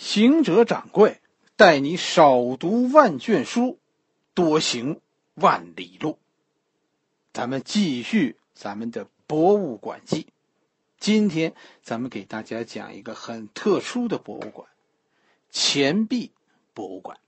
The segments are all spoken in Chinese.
行者掌柜带你少读万卷书，多行万里路。咱们继续咱们的博物馆记。今天咱们给大家讲一个很特殊的博物馆——钱币博物馆。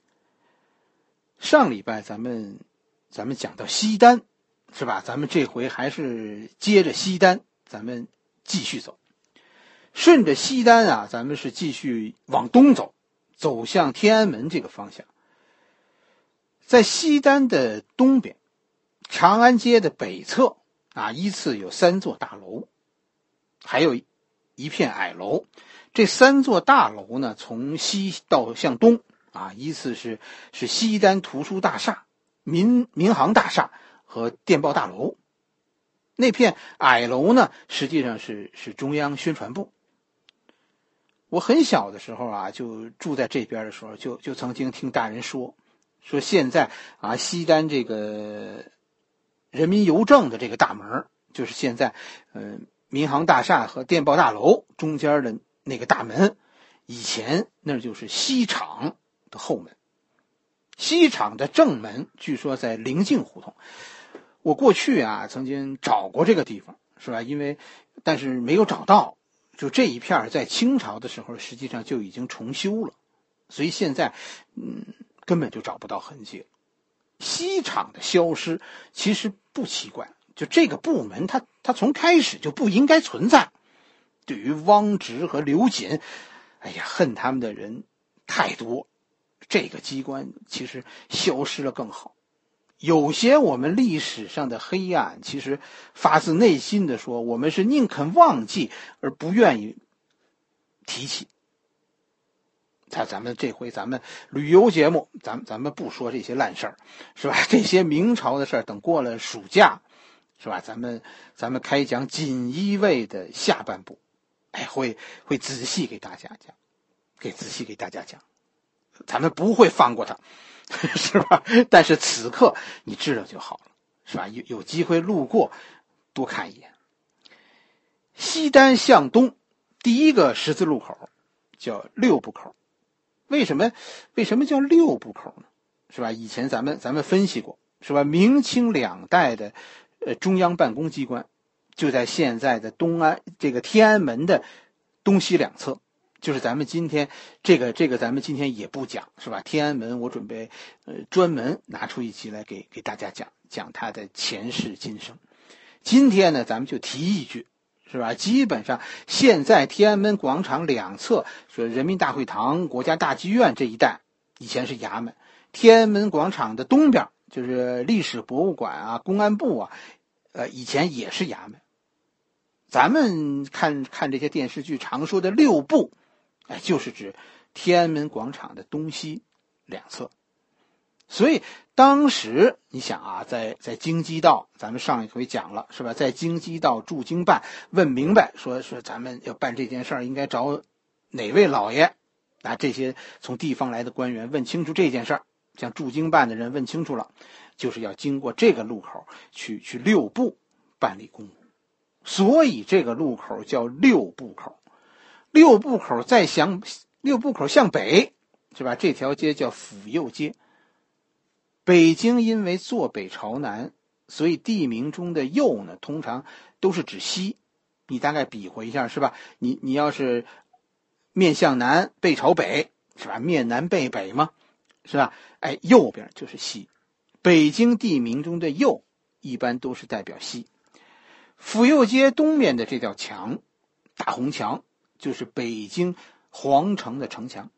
上礼拜咱们讲到西单，是吧？咱们这回还是接着西单，咱们继续走。顺着西单啊，咱们是继续往东走，走向天安门这个方向。在西单的东边，长安街的北侧啊，依次有3座大楼，还有一片矮楼。这3座大楼呢，从西到向东啊，依次是西单图书大厦、民航大厦和电报大楼。那片矮楼呢，实际上是中央宣传部。我很小的时候啊，就住在这边的时候，就曾经听大人说现在啊，西单这个人民邮政的这个大门，就是现在民航大厦和电报大楼中间的那个大门，以前那就是西厂的后门。西厂的正门据说在灵境胡同。我过去啊曾经找过这个地方，是吧？但是没有找到。就这一片在清朝的时候实际上就已经重修了，所以现在根本就找不到痕迹了。西厂的消失其实不奇怪，就这个部门它从开始就不应该存在。对于汪直和刘瑾，哎呀，恨他们的人太多，这个机关其实消失了更好。有些我们历史上的黑暗，其实发自内心的说，我们是宁肯忘记而不愿意提起。咱们这回咱们旅游节目，咱们不说这些烂事儿，是吧？这些明朝的事儿，等过了暑假，是吧？咱们开讲锦衣卫的下半部，会仔细给大家讲，咱们不会放过他。是吧？但是此刻你知道就好了，是吧？有机会路过多看一眼。西单向东第一个十字路口叫六步口。为什么叫六步口呢？是吧？以前咱们分析过，是吧？明清2代的中央办公机关就在现在的这个天安门的东西两侧。就是咱们今天这个咱们今天也不讲，是吧？天安门我准备专门拿出一期来给大家讲它的前世今生。今天呢，咱们就提一句，是吧？基本上现在天安门广场两侧，说人民大会堂、国家大剧院这一带以前是衙门，天安门广场的东边就是历史博物馆啊、公安部啊，以前也是衙门。咱们看这些电视剧常说的六部，就是指天安门广场的东西两侧。所以当时你想啊，在京畿道，咱们上一回讲了，是吧？在京畿道驻京办问明白，说咱们要办这件事儿，应该找哪位老爷啊？这些从地方来的官员问清楚这件事儿，像驻京办的人问清楚了，就是要经过这个路口去六部办理公务。所以这个路口叫六步口。六步口向北，是吧？这条街叫府右街。北京因为坐北朝南，所以地名中的右呢，通常都是指西。你大概比划一下，是吧？你要是面向南背朝北，是吧？面南背北嘛，是吧？右边就是西。北京地名中的右一般都是代表西。府右街东面的这条墙，大红墙，就是北京皇城的城墙。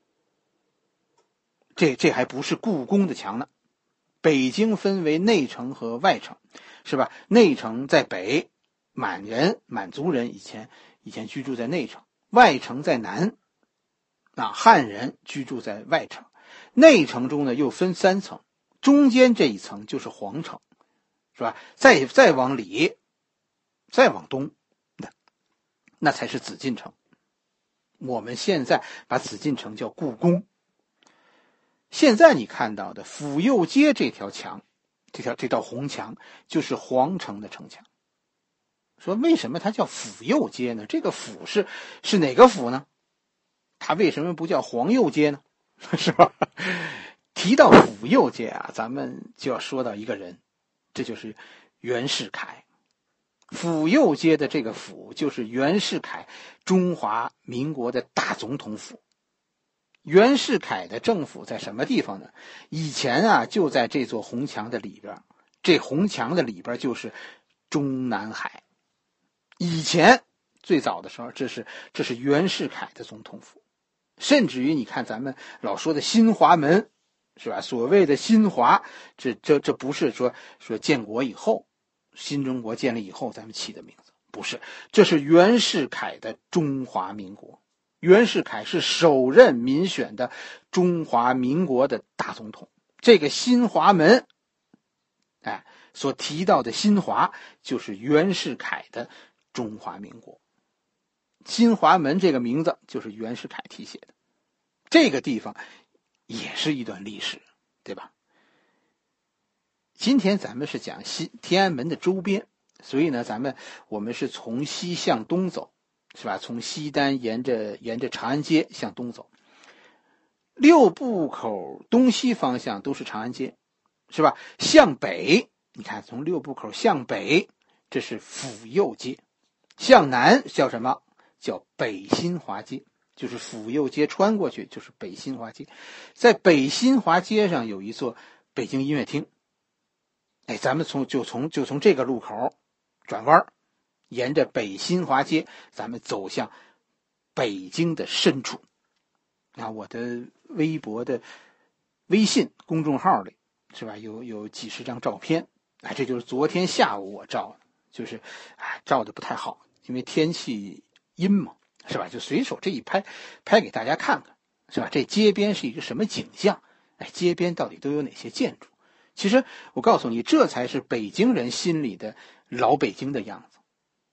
这还不是故宫的墙呢。北京分为内城和外城，是吧？内城在北，满族人以前居住在内城，外城在南，汉人居住在外城。内城中呢又分3层，中间这一层就是皇城，是吧？再往里，再往东，那才是紫禁城。我们现在把紫禁城叫故宫。现在你看到的府右街这条墙，这道红墙，就是皇城的城墙。说为什么它叫府右街呢？这个府是哪个府呢？ 它为什么不叫黄右街呢？是吧？提到府右街啊，咱们就要说到一个人，这就是袁世凯。府右街的这个府就是袁世凯中华民国的大总统府。袁世凯的政府在什么地方呢？以前啊就在这座红墙的里边，这红墙的里边就是中南海。以前最早的时候，这是袁世凯的总统府。甚至于你看咱们老说的新华门，是吧？所谓的新华，这不是说建国以后，新中国建立以后咱们起的名字，不是，这是袁世凯的中华民国。袁世凯是首任民选的中华民国的大总统。这个新华门，所提到的新华就是袁世凯的中华民国。新华门这个名字就是袁世凯题写的。这个地方也是一段历史，对吧？今天咱们是讲天安门的周边，所以呢我们是从西向东走，是吧？从西单沿着长安街向东走。六步口东西方向都是长安街，是吧？向北，你看从六步口向北，这是府右街。向南叫什么？叫北新华街，就是府右街穿过去就是北新华街。在北新华街上有一座北京音乐厅。咱们就从这个路口转弯，沿着北新华街，咱们走向北京的深处。我的微博的微信公众号里，是吧？有几十张照片，这就是昨天下午我照的，就是照的不太好，因为天气阴嘛，是吧？就随手这一拍给大家看看，是吧？这街边是一个什么景象？街边到底都有哪些建筑？其实我告诉你，这才是北京人心里的老北京的样子。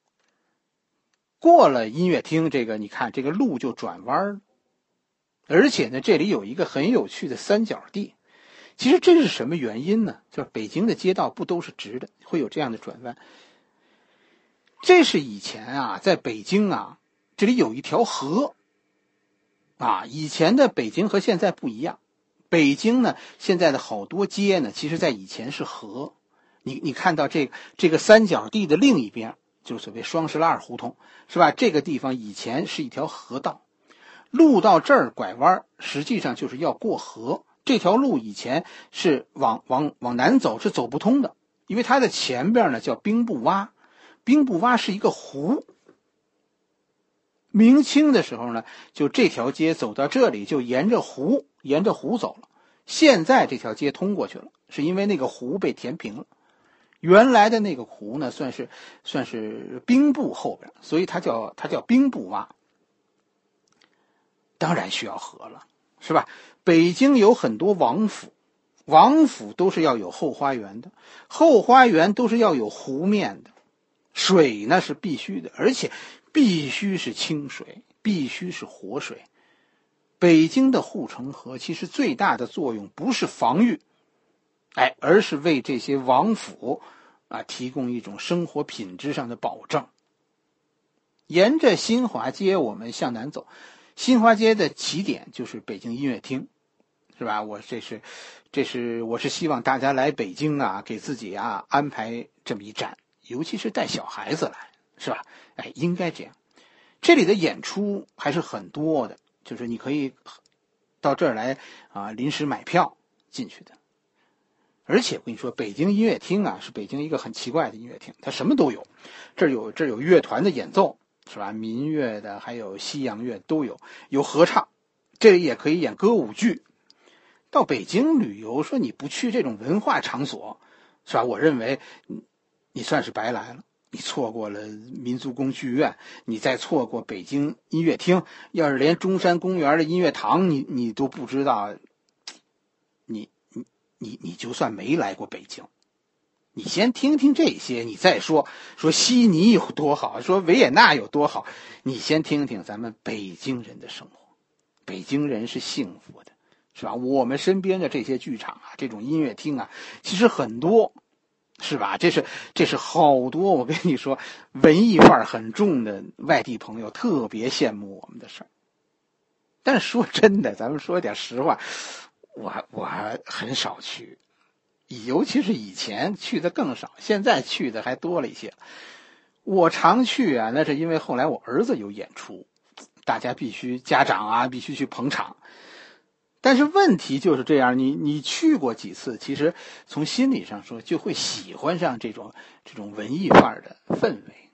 过了音乐厅，这个你看这个路就转弯，而且呢这里有一个很有趣的三角地。其实这是什么原因呢？就是北京的街道不都是直的，会有这样的转弯。这是以前啊在北京啊，这里有一条河以前的北京和现在不一样。北京呢现在的好多街呢，其实在以前是河。你看到这个三角地的另一边，就是所谓双十拉胡同，是吧？这个地方以前是一条河道，路到这儿拐弯，实际上就是要过河。这条路以前是往南走是走不通的，因为它的前边呢叫兵部洼，兵部洼是一个湖。明清的时候呢，就这条街走到这里就沿着湖走了。现在这条街通过去了，是因为那个湖被填平了。原来的那个湖呢，算是兵部后边，所以它叫兵部洼。当然需要河了，是吧？北京有很多王府，王府都是要有后花园的，后花园都是要有湖面的，水呢是必须的，而且必须是清水，必须是活水。北京的护城河其实最大的作用不是防御，而是为这些王府提供一种生活品质上的保障。沿着新华街我们向南走，新华街的起点就是北京音乐厅，是吧？我是希望大家来北京给自己安排这么一站，尤其是带小孩子来，是吧？应该这样。这里的演出还是很多的，就是你可以到这儿来临时买票进去的。而且我跟你说，北京音乐厅是北京一个很奇怪的音乐厅，它什么都有。这儿有乐团的演奏，是吧？民乐的还有西洋乐都有，有合唱，这里也可以演歌舞剧。到北京旅游，说你不去这种文化场所，是吧？我认为你算是白来了。你错过了民族宫剧院，你再错过北京音乐厅，要是连中山公园的音乐堂你都不知道，你就算没来过北京。你先听听这些，你再说悉尼有多好，说维也纳有多好，你先听听咱们北京人的生活。北京人是幸福的，是吧？我们身边的这些剧场这种音乐厅其实很多，是吧？这是好多，我跟你说，文艺范儿很重的外地朋友特别羡慕我们的事儿。 但是说真的，咱们说点实话，我很少去，尤其是以前去的更少，现在去的还多了一些。我常去啊，那是因为后来我儿子有演出，大家家长啊必须去捧场。但是问题就是这样，你去过几次，其实从心理上说就会喜欢上这种文艺范儿的氛围。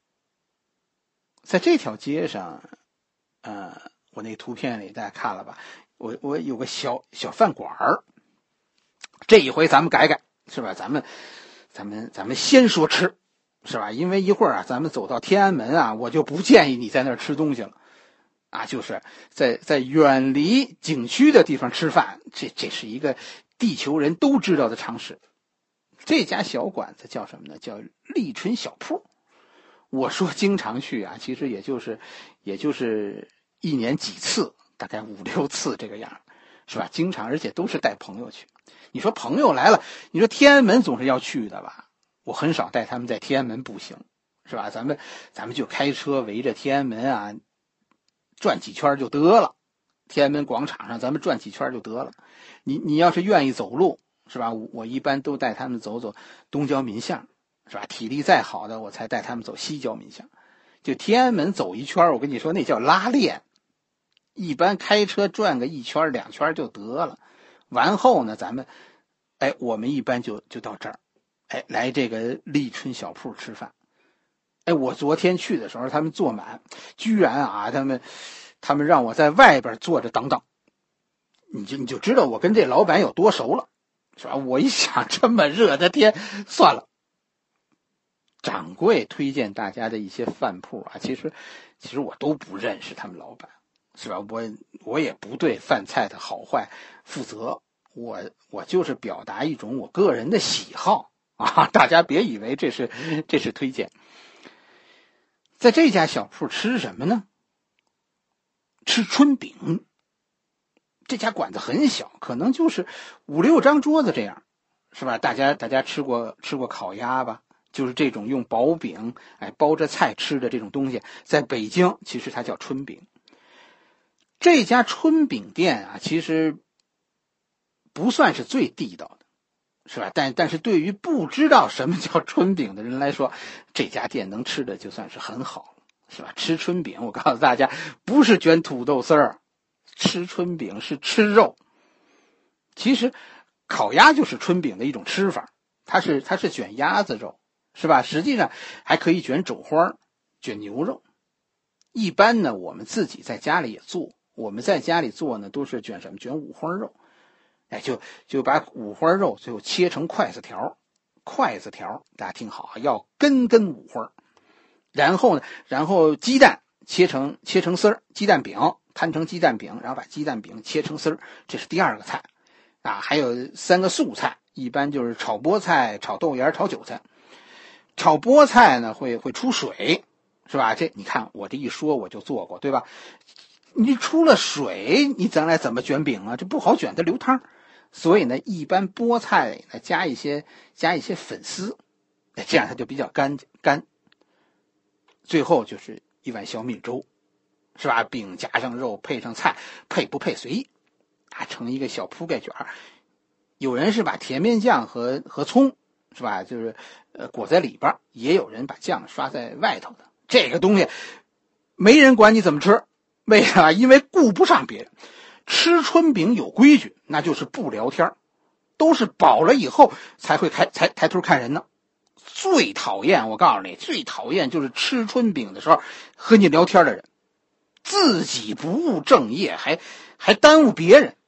在这条街上，我那个图片里大家看了吧？我有个小饭馆儿，这一回咱们改改，是吧？咱们先说吃，是吧？因为一会儿啊，咱们走到天安门啊，我就不建议你在那儿吃东西了。啊，就是在远离景区的地方吃饭，这是一个地球人都知道的常识。这家小馆子叫什么呢？叫立春小铺。我说经常去啊，其实也就是一年几次，大概5、6次这个样，是吧？经常，而且都是带朋友去。你说朋友来了，你说天安门总是要去的吧？我很少带他们在天安门步行，是吧？咱们就开车围着天安门啊转几圈就得了，天安门广场上咱们转几圈就得了。你要是愿意走路，是吧？我一般都带他们走东交民巷，是吧？体力再好的，我才带他们走西交民巷。就天安门走一圈，我跟你说那叫拉练，一般开车转个1圈2圈就得了。完后呢，我们一般就到这儿，来这个立春小铺吃饭。我昨天去的时候他们坐满，居然啊他们让我在外边坐着等等。你就知道我跟这老板有多熟了，是吧？我一想这么热的天，算了。掌柜推荐大家的一些饭铺啊，其实我都不认识他们老板，是吧？我也不对饭菜的好坏负责，我就是表达一种我个人的喜好啊，大家别以为这是推荐。在这家小铺吃什么呢？吃春饼。这家馆子很小，可能就是5、6张桌子这样，是吧？大家吃过烤鸭吧？就是这种用薄饼包着菜吃的这种东西，在北京其实它叫春饼。这家春饼店啊，其实不算是最地道的，是吧？但是对于不知道什么叫春饼的人来说，这家店能吃的就算是很好，是吧？吃春饼，我告诉大家，不是卷土豆丝儿，吃春饼是吃肉。其实烤鸭就是春饼的一种吃法，它是卷鸭子肉，是吧？实际上还可以卷肘花、卷牛肉。一般呢，我们自己在家里也做，我们在家里做呢，都是卷什么？卷五花肉。就把五花肉最后切成筷子条，大家听好啊，要根五花。然后鸡蛋切成丝儿，鸡蛋饼摊成鸡蛋饼，然后把鸡蛋饼切成丝儿，这是第2个菜啊。还有3个素菜，一般就是炒菠菜、炒豆芽、炒韭菜。炒菠菜呢会出水，是吧？这你看我这一说我就做过，对吧？你出了水，你将来怎么卷饼啊？这不好卷，它流汤。所以呢，一般菠菜里呢加一些粉丝，这样它就比较干。最后就是一碗小米粥，是吧？饼加上肉，配上菜，配不配随意啊，成一个小铺盖卷。有人是把甜面酱和葱，是吧？就是裹在里边，也有人把酱刷在外头的。这个东西没人管你怎么吃，为啥？因为顾不上别人。吃春饼有规矩，那就是不聊天，都是饱了以后才会抬头看人呢。最讨厌，我告诉你，最讨厌就是吃春饼的时候和你聊天的人，自己不务正业，还耽误别人。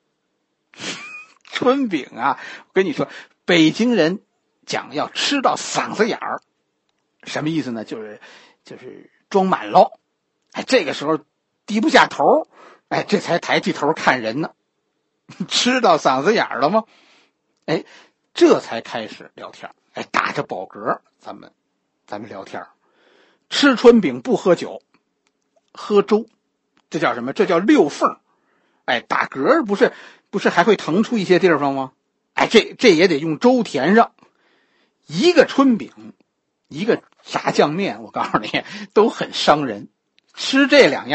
春饼啊，我跟你说，北京人讲要吃到嗓子眼儿，什么意思呢？就是装满了，这个时候低不下头，这才抬起头看人呢。吃到嗓子眼儿了吗？这才开始聊天，打着饱嗝，咱们聊天。吃春饼不喝酒，喝粥，这叫什么？这叫溜缝。打嗝不是还会腾出一些地方吗？这也得用粥填上。一个春饼，一个炸酱面，我告诉你都很伤人。吃这2样，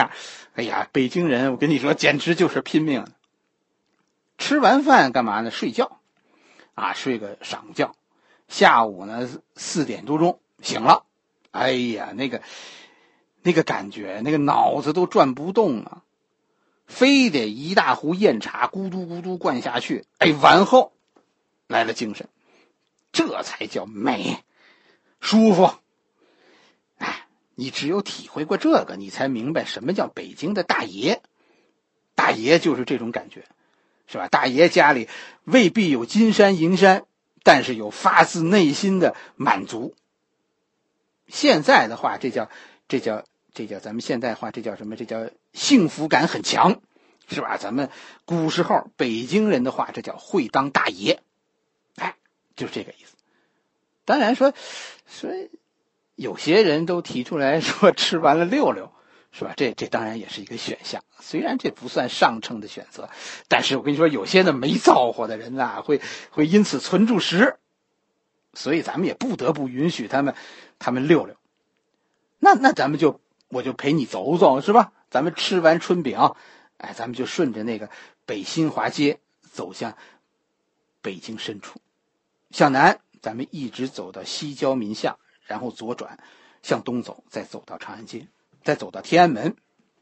哎呀，北京人我跟你说简直就是拼命的。吃完饭干嘛呢？睡觉啊，睡个晌午觉。下午呢4点多钟醒了，哎呀，那个感觉，那个脑子都转不动啊，非得一大壶酽茶咕嘟咕嘟灌下去，哎，完后来了精神，这才叫美舒服。哎，你只有体会过这个，你才明白什么叫北京的大爷。大爷就是这种感觉，是吧？大爷家里未必有金山银山，但是有发自内心的满足。现在的话，这叫咱们现代话，这叫什么？这叫幸福感很强，是吧？咱们古时候北京人的话，这叫会当大爷，哎，就是这个意思。当然说有些人都提出来说吃完了溜溜，是吧？这当然也是一个选项，虽然这不算上乘的选择，但是我跟你说，有些的没造化的人啊，会因此存住食，所以咱们也不得不允许他们溜溜。那咱们我就陪你走走，是吧？咱们吃完春饼，哎，咱们就顺着那个北新华街走向北京深处，向南咱们一直走到西郊民巷，然后左转向东走，再走到长安街，再走到天安门。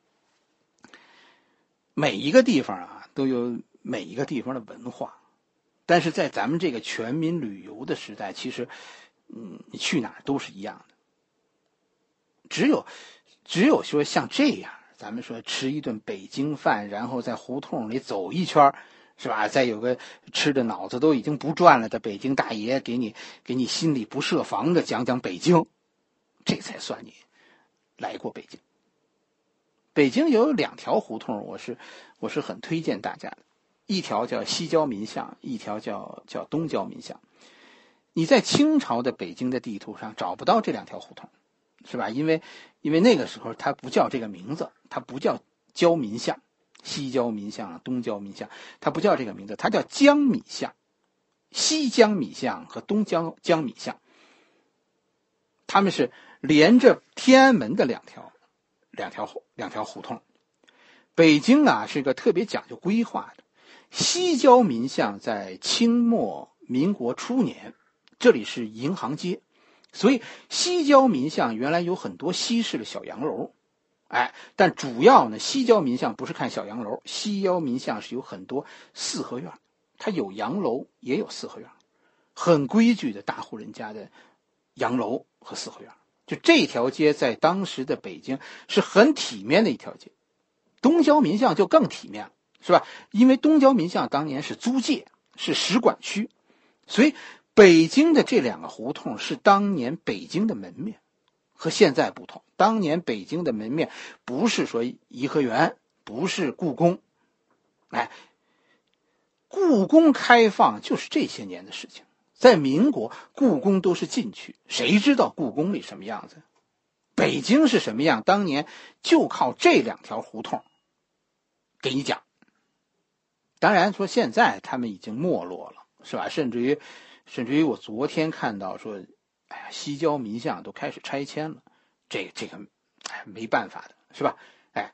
每一个地方啊都有每一个地方的文化，但是在咱们这个全民旅游的时代，其实你去哪儿都是一样的。只有说像这样，咱们说吃一顿北京饭，然后在胡同里走一圈，是吧？再有个吃的脑子都已经不转了的北京大爷给你心里不设防的讲讲北京，这才算你来过北京。北京有2条胡同，我是很推荐大家的，一条叫西郊民巷，一条叫东郊民巷。你在清朝的北京的地图上找不到这2条胡同，是吧？因为那个时候它不叫这个名字，它不叫郊民巷，西郊民巷、东郊民巷，它不叫这个名字，它叫江米巷。西江米巷和东江米巷，他们是连着天安门的两条胡同。北京啊是个特别讲究规划的，西郊民巷在清末民国初年，这里是银行街，所以西郊民巷原来有很多西式的小洋楼，哎，但主要呢，西郊民巷不是看小洋楼，西郊民巷是有很多四合院，它有洋楼也有四合院，很规矩的大户人家的洋楼和四合院。就这条街在当时的北京是很体面的一条街。东郊民巷就更体面了，是吧？因为东郊民巷当年是租界，是使馆区，所以北京的这2个胡同是当年北京的门面，和现在不同。当年北京的门面不是说颐和园，不是故宫，哎，故宫开放就是这些年的事情。在民国，故宫都是禁区，谁知道故宫里什么样子？北京是什么样？当年就靠这2条胡同给你讲。当然说现在他们已经没落了，是吧？甚至于我昨天看到说，哎呀，西郊民巷都开始拆迁了，这个没办法的，是吧？哎，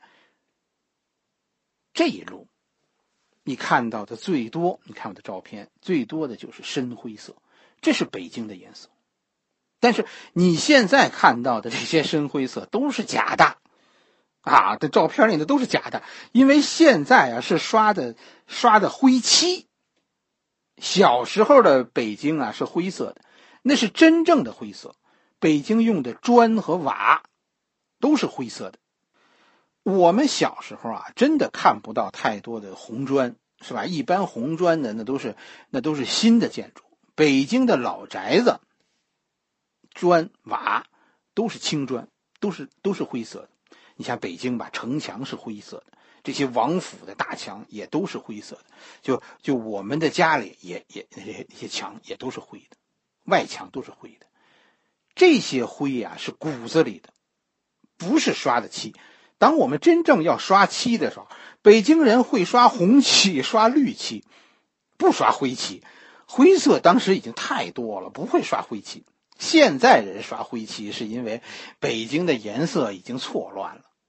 这一路你看到的最多，你看我的照片，最多的就是深灰色，这是北京的颜色。但是你现在看到的这些深灰色都是假的啊，这照片里的都是假的，因为现在啊是刷的灰漆。小时候的北京啊是灰色的，那是真正的灰色。北京用的砖和瓦都是灰色的。我们小时候啊真的看不到太多的红砖，是吧？一般红砖的那都是新的建筑。北京的老宅子砖瓦都是青砖，都是灰色的。你像北京吧，城墙是灰色的，这些王府的大墙也都是灰色的。就我们的家里也那些墙也都是灰的，外墙都是灰的。这些灰啊是骨子里的，不是刷的漆。当我们真正要刷漆的时候，北京人会刷红漆、刷绿漆，不刷灰漆。灰色当时已经太多了，不会刷灰漆。现在人刷灰漆是因为北京的颜色已经错乱了，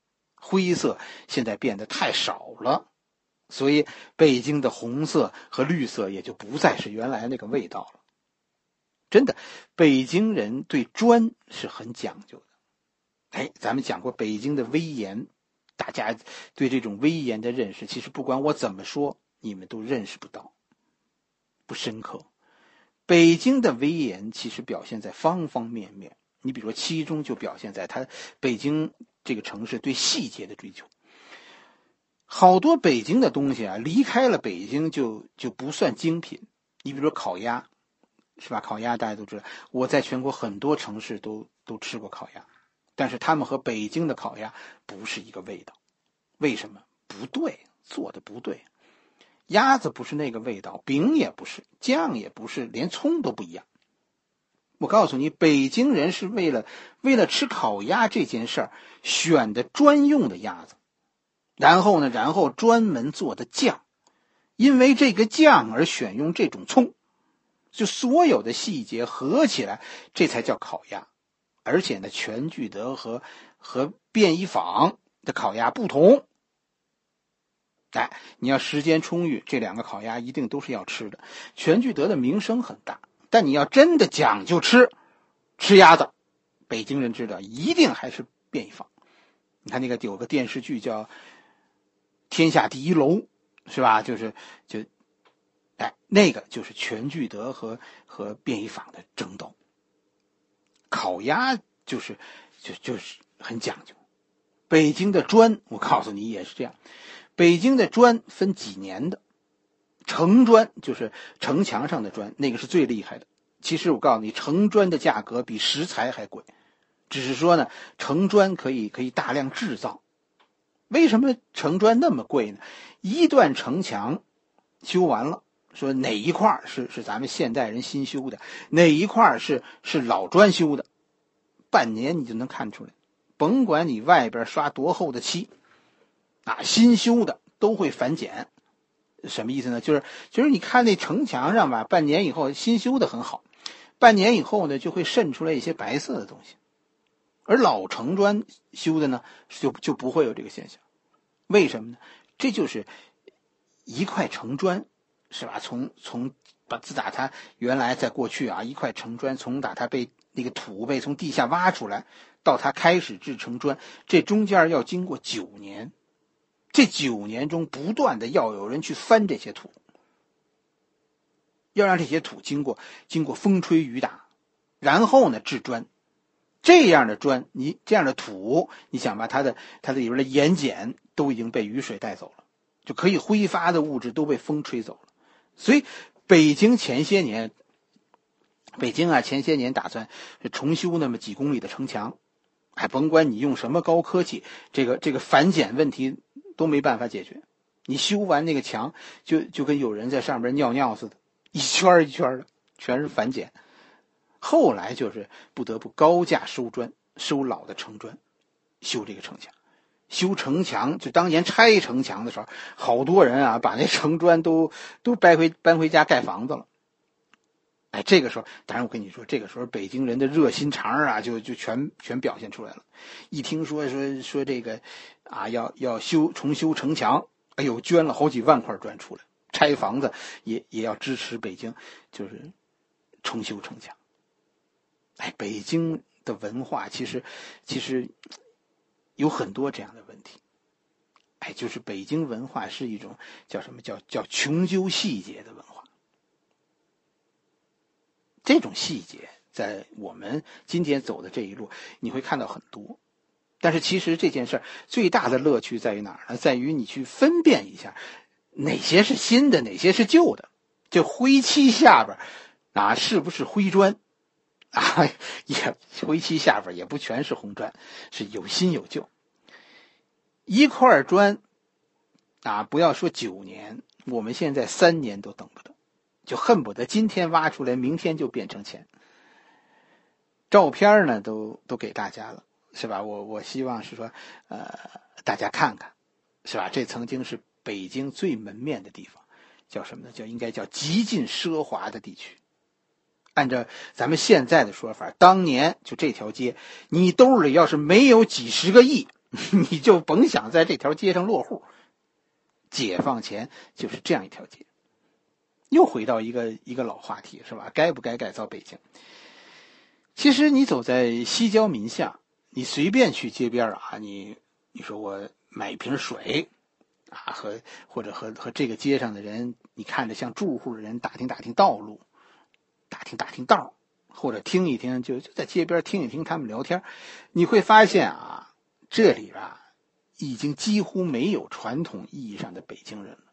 灰色现在变得太少了，所以北京的红色和绿色也就不再是原来那个味道了。真的，北京人对砖是很讲究的。咱们讲过北京的威严，大家对这种威严的认识，其实不管我怎么说，你们都认识不到，不深刻。北京的威严其实表现在方方面面，你比如说其中就表现在北京这个城市对细节的追求。好多北京的东西啊，离开了北京就不算精品。你比如说烤鸭，是吧？烤鸭大家都知道，我在全国很多城市都吃过烤鸭，但是他们和北京的烤鸭不是一个味道。为什么？不对，做的不对。鸭子不是那个味道，饼也不是，酱也不是，连葱都不一样。我告诉你，北京人是为了吃烤鸭这件事儿选的专用的鸭子，然后专门做的酱，因为这个酱而选用这种葱，就所有的细节合起来，这才叫烤鸭。而且呢，全聚德和便宜坊的烤鸭不同。你要时间充裕，这两个烤鸭一定都是要吃的。全聚德的名声很大，但你要真的讲究吃鸭子，北京人知道一定还是便宜坊。你看那个有个电视剧叫《天下第一楼》，是吧？那个就是全聚德和便宜坊的争斗。烤鸭就是很讲究。北京的砖，我告诉你也是这样。北京的砖分几年的，城砖就是城墙上的砖，那个是最厉害的。其实我告诉你，城砖的价格比石材还贵，只是说呢，城砖可以大量制造。为什么城砖那么贵呢？一段城墙修完了，说哪一块是咱们现代人新修的，哪一块是老砖修的，半年你就能看出来。甭管你外边刷多厚的漆新修的都会反碱。什么意思呢？就是你看那城墙上吧，半年以后新修的很好，半年以后呢就会渗出来一些白色的东西。而老城砖修的呢就不会有这个现象。为什么呢？这就是一块城砖，是吧？自打它原来在过去一块城砖从打它被那个土被从地下挖出来到它开始制成砖，这中间要经过9年。这9年中不断的要有人去翻这些土，要让这些土经过风吹雨打，然后呢制砖。这样的砖，这样的土，你想吧，它的里边的盐碱都已经被雨水带走了，就可以挥发的物质都被风吹走了。所以北京前些年打算重修那么几公里的城墙，甭管你用什么高科技，这个反碱问题都没办法解决。你修完那个墙就跟有人在上边尿尿似的，一圈一圈的全是反碱。后来就是不得不高价收砖，收老的城砖，修这个城墙。修城墙就当年拆城墙的时候，好多人把那城砖都搬回家盖房子了。这个时候，当然我跟你说，这个时候北京人的热心肠就全表现出来了。一听说这个要重修城墙，捐了好几万块砖出来，拆房子也要支持北京，就是重修城墙。北京的文化其实有很多这样的问题。就是北京文化是一种叫什么叫穷究细节的文化。这种细节在我们今天走的这一路你会看到很多。但是其实这件事最大的乐趣在于哪儿呢？在于你去分辨一下哪些是新的，哪些是旧的。这灰漆下边是不是灰砖也灰漆下边也不全是红砖，是有新有旧。一块砖不要说9年，我们现在3年都等不得，就恨不得今天挖出来明天就变成钱。照片呢都给大家了，是吧？我希望是说大家看看，是吧？这曾经是北京最门面的地方，叫什么呢？应该叫极尽奢华的地区。按照咱们现在的说法，当年就这条街，你兜里要是没有几十个亿， 你就甭想在这条街上落户。解放前就是这样一条街。又回到一个老话题，是吧？该不该改造北京？其实你走在西郊民巷，你随便去街边啊，你说我买一瓶水啊，或者和这个街上的人，你看着像住户的人打听打听道路，打听打听道，或者听一听，就在街边听一听他们聊天，你会发现啊，这里啊已经几乎没有传统意义上的北京人了。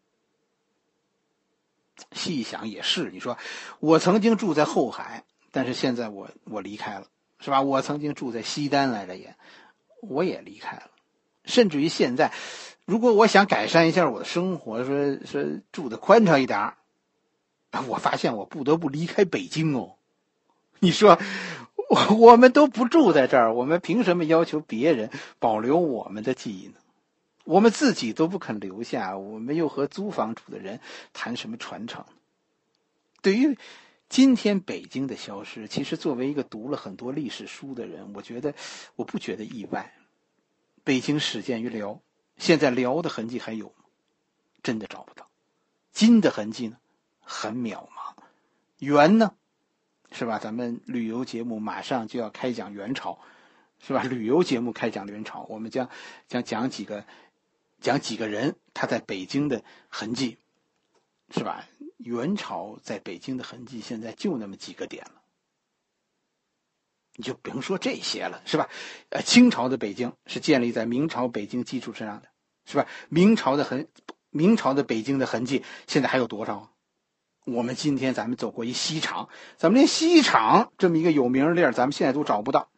细想也是，你说我曾经住在后海，但是现在我离开了，是吧？我曾经住在西单来着，我也离开了。甚至于现在，如果我想改善一下我的生活，说住得宽敞一点，我发现我不得不离开北京哦。你说我们都不住在这儿，我们凭什么要求别人保留我们的记忆呢？我们自己都不肯留下，我们又和租房住的人谈什么传承？对于今天北京的消失，其实作为一个读了很多历史书的人，我不觉得意外。北京始建于辽，现在辽的痕迹还有吗？真的找不到。金的痕迹呢？很渺茫。元呢？是吧？咱们旅游节目马上就要开讲元朝，是吧？旅游节目开讲元朝，我们将讲几个人他在北京的痕迹，是吧？元朝在北京的痕迹现在就那么几个点了，你就甭说这些了，是吧？清朝的北京是建立在明朝北京基础之上的，是吧？明朝的北京的痕迹现在还有多少？我们今天咱们走过一西厂，咱们连西厂这么一个有名的地儿，咱们现在都找不到。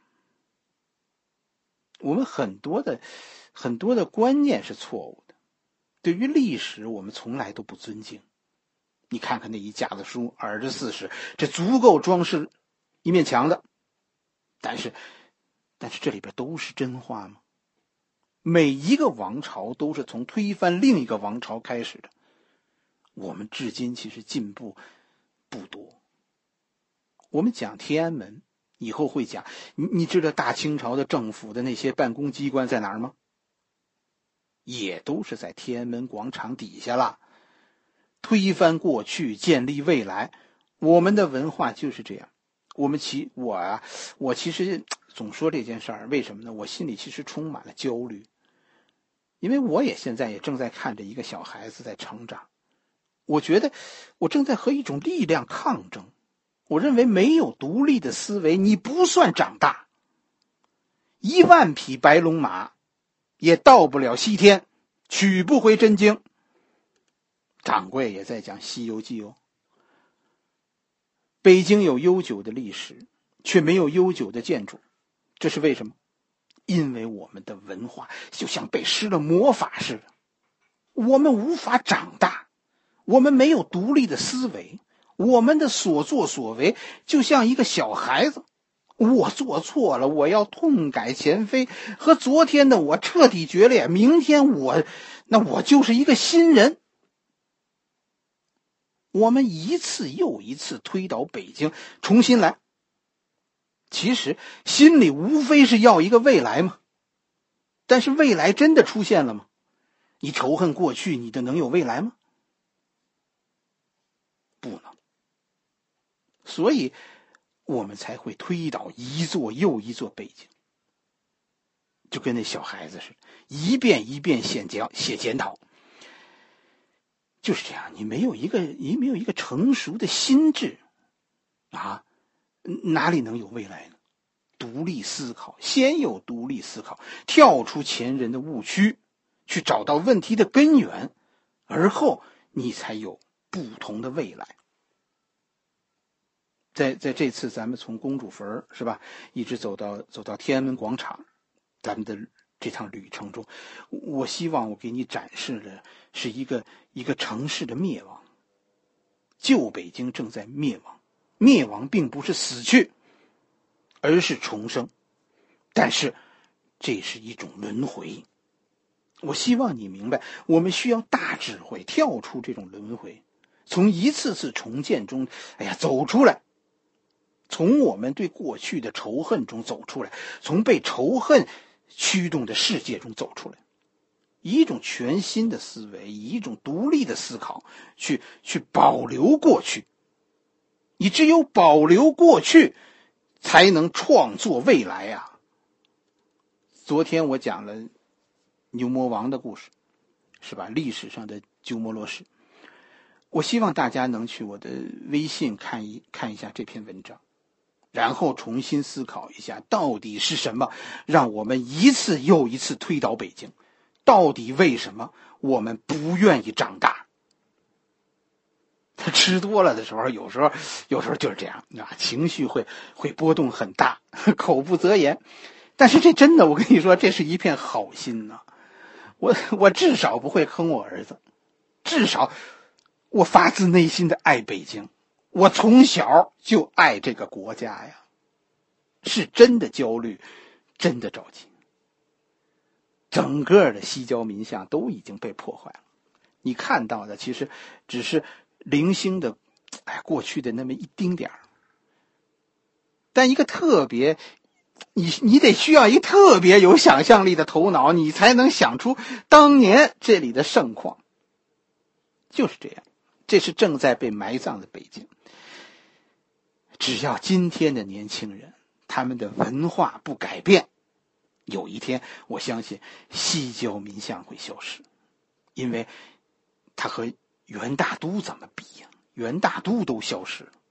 我们很多的观念是错误的，对于历史我们从来都不尊敬。你看看那一架子书，耳着40，这足够装饰一面墙的。但是这里边都是真话吗？每一个王朝都是从推翻另一个王朝开始的。我们至今其实进步不多。我们讲天安门，以后会讲，你知道大清朝的政府的那些办公机关在哪儿吗？也都是在天安门广场底下了。推翻过去，建立未来，我们的文化就是这样。我其实总说这件事儿，为什么呢？我心里其实充满了焦虑，因为我现在也正在看着一个小孩子在成长。我觉得我正在和一种力量抗争。我认为没有独立的思维，你不算长大。10000匹白龙马也到不了西天，取不回真经。掌柜也在讲《西游记》哦。北京有悠久的历史，却没有悠久的建筑，这是为什么？因为我们的文化就像被施了魔法似的，我们无法长大，我们没有独立的思维，我们的所作所为就像一个小孩子，我做错了，我要痛改前非，和昨天的我彻底决裂，明天我就是一个新人。我们一次又一次推倒北京，重新来。其实心里无非是要一个未来嘛，但是未来真的出现了吗？你仇恨过去，你的能有未来吗？不能。所以我们才会推倒一座又一座北京，就跟那小孩子似的，一遍一遍写检讨。就是这样，你没有一个成熟的心智啊，哪里能有未来呢？独立思考，先有独立思考，跳出前人的误区，去找到问题的根源，而后你才有不同的未来。在这次咱们从公主坟是吧，一直走到天安门广场，咱们的这趟旅程中，我希望我给你展示的是一个城市的灭亡。旧北京正在灭亡，灭亡并不是死去，而是重生，但是这是一种轮回。我希望你明白，我们需要大智慧，跳出这种轮回，从一次次重建中走出来，从我们对过去的仇恨中走出来，从被仇恨驱动的世界中走出来，以一种全新的思维，以一种独立的思考去保留过去。你只有保留过去，才能创作未来啊！昨天我讲了牛魔王的故事，是吧？历史上的鸠摩罗什。我希望大家能去我的微信看一下这篇文章，然后重新思考一下，到底是什么让我们一次又一次推倒北京？到底为什么我们不愿意长大？他吃多了的时候，有时候就是这样啊，情绪会波动很大，口不择言。但是这真的，我跟你说，这是一片好心呐。我至少不会坑我儿子，至少我发自内心的爱北京，我从小就爱这个国家呀，是真的焦虑，真的着急。整个的西郊民巷都已经被破坏了，你看到的其实只是零星的，过去的那么一丁点儿。但一个特别，你得需要一个特别有想象力的头脑，你才能想出当年这里的盛况。就是这样，这是正在被埋葬的北京。只要今天的年轻人，他们的文化不改变，有一天我相信西郊民巷会消失。因为它和元大都怎么比呀？元大都都消失了。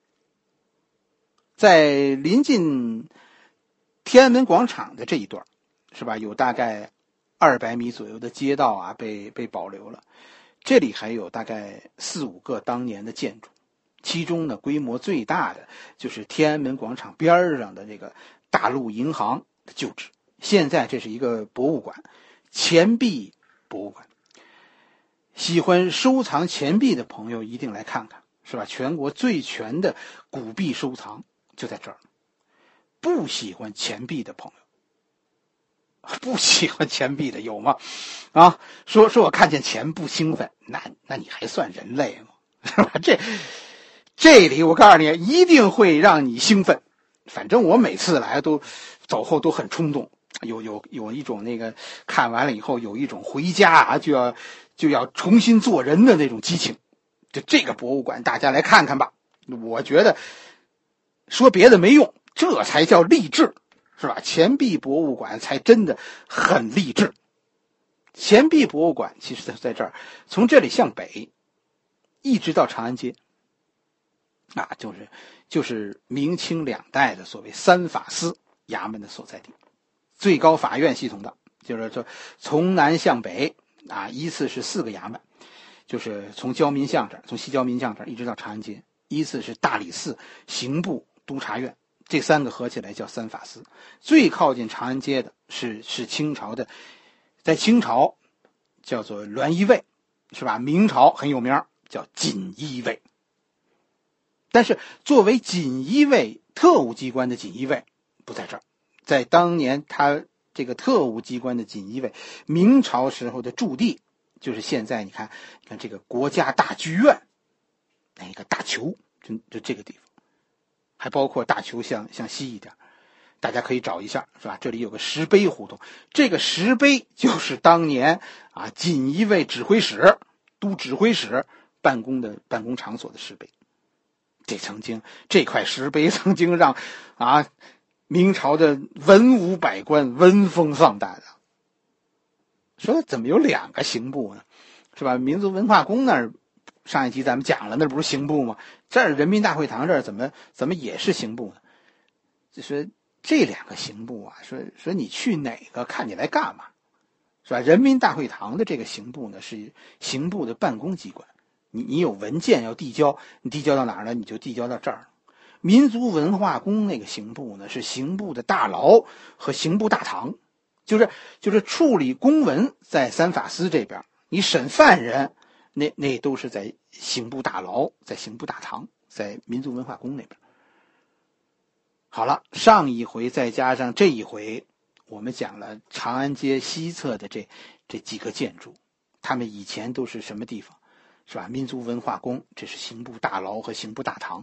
在临近天安门广场的这一段，是吧？有大概200米左右的街道啊，被保留了。这里还有大概4-5个当年的建筑，其中呢，规模最大的就是天安门广场边上的这个大陆银行的旧址。现在这是一个博物馆，钱币博物馆。喜欢收藏钱币的朋友一定来看看，是吧？全国最全的古币收藏就在这儿。不喜欢钱币的朋友，不喜欢钱币的有吗？啊，说我看见钱不兴奋，那你还算人类吗？是吧？这里我告诉你，一定会让你兴奋。反正我每次来都走后都很冲动，有一种那个看完了以后有一种回家啊就要重新做人的那种激情。就这个博物馆大家来看看吧，我觉得说别的没用，这才叫励志，是吧？钱币博物馆才真的很励志。钱币博物馆其实在这儿，从这里向北一直到长安街啊，就是明清2代的所谓3法司衙门的所在地，最高法院系统的，就是说从南向北啊，依次是4个衙门，就是从郊民巷这儿，从西郊民巷这儿一直到长安街，依次是大理寺、刑部、督察院，这3个合起来叫3法司。最靠近长安街的是清朝的，在清朝叫做栾衣卫，是吧？明朝很有名，叫锦衣卫。但是作为锦衣卫特务机关的锦衣卫不在这儿，在当年他这个特务机关的锦衣卫明朝时候的驻地，就是现在你看这个国家大剧院那个大球，就这个地方，还包括大球向西一点，大家可以找一下，是吧？这里有个石碑胡同，这个石碑就是当年啊锦衣卫指挥使、都指挥使办公场所的石碑。这块石碑曾经让明朝的文武百官闻风丧胆啊！说怎么有2个刑部呢？是吧？民族文化宫那儿上一集咱们讲了，那不是刑部吗？这儿人民大会堂这儿怎么也是刑部呢？就说这2个刑部啊，说你去哪个看你来干嘛，是吧？人民大会堂的这个刑部呢是刑部的办公机关，你有文件要递交，你递交到哪儿呢？你就递交到这儿。民族文化宫那个刑部呢是刑部的大牢和刑部大堂，就是处理公文在3法司这边，你审犯人那都是在刑部大牢，在刑部大堂，在民族文化宫那边。好了，上一回再加上这一回，我们讲了长安街西侧的这几个建筑，他们以前都是什么地方，是吧？民族文化宫，这是刑部大牢和刑部大堂；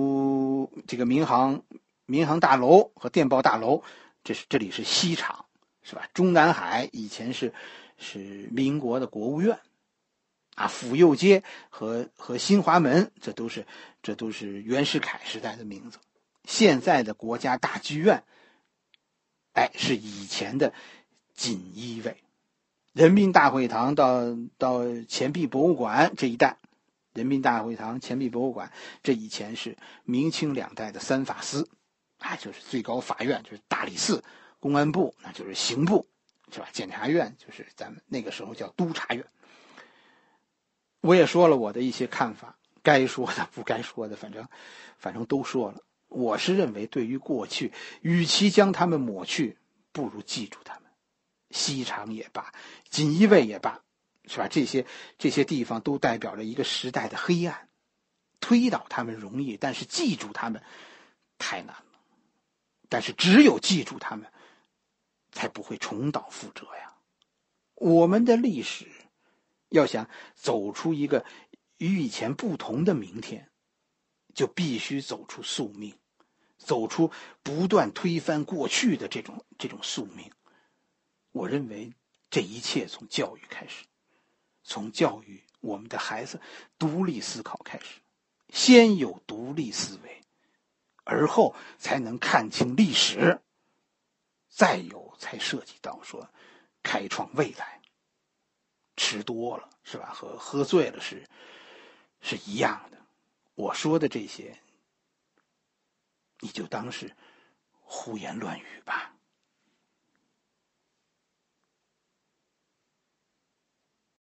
这个民航大楼和电报大楼，这里是西厂是吧？中南海以前是民国的国务院，啊，府右街和新华门，这都是袁世凯时代的名字。现在的国家大剧院，是以前的锦衣卫。人民大会堂到钱币博物馆这一带，人民大会堂、钱币博物馆，这以前是明清两代的三法司，就是最高法院，就是大理寺；公安部那就是刑部，是吧？检察院就是咱们那个时候叫督察院。我也说了我的一些看法，该说的不该说的，反正都说了。我是认为，对于过去，与其将他们抹去，不如记住他们。西厂也罢，锦衣卫也罢，是吧？这些地方都代表着一个时代的黑暗。推倒他们容易，但是记住他们太难了。但是只有记住他们，才不会重蹈覆辙呀。我们的历史要想走出一个与以前不同的明天，就必须走出宿命，走出不断推翻过去的这种宿命。我认为这一切从教育开始，从教育我们的孩子独立思考开始，先有独立思维，而后才能看清历史，再有才涉及到说开创未来。吃多了是吧，和喝醉了是一样的。我说的这些，你就当是胡言乱语吧。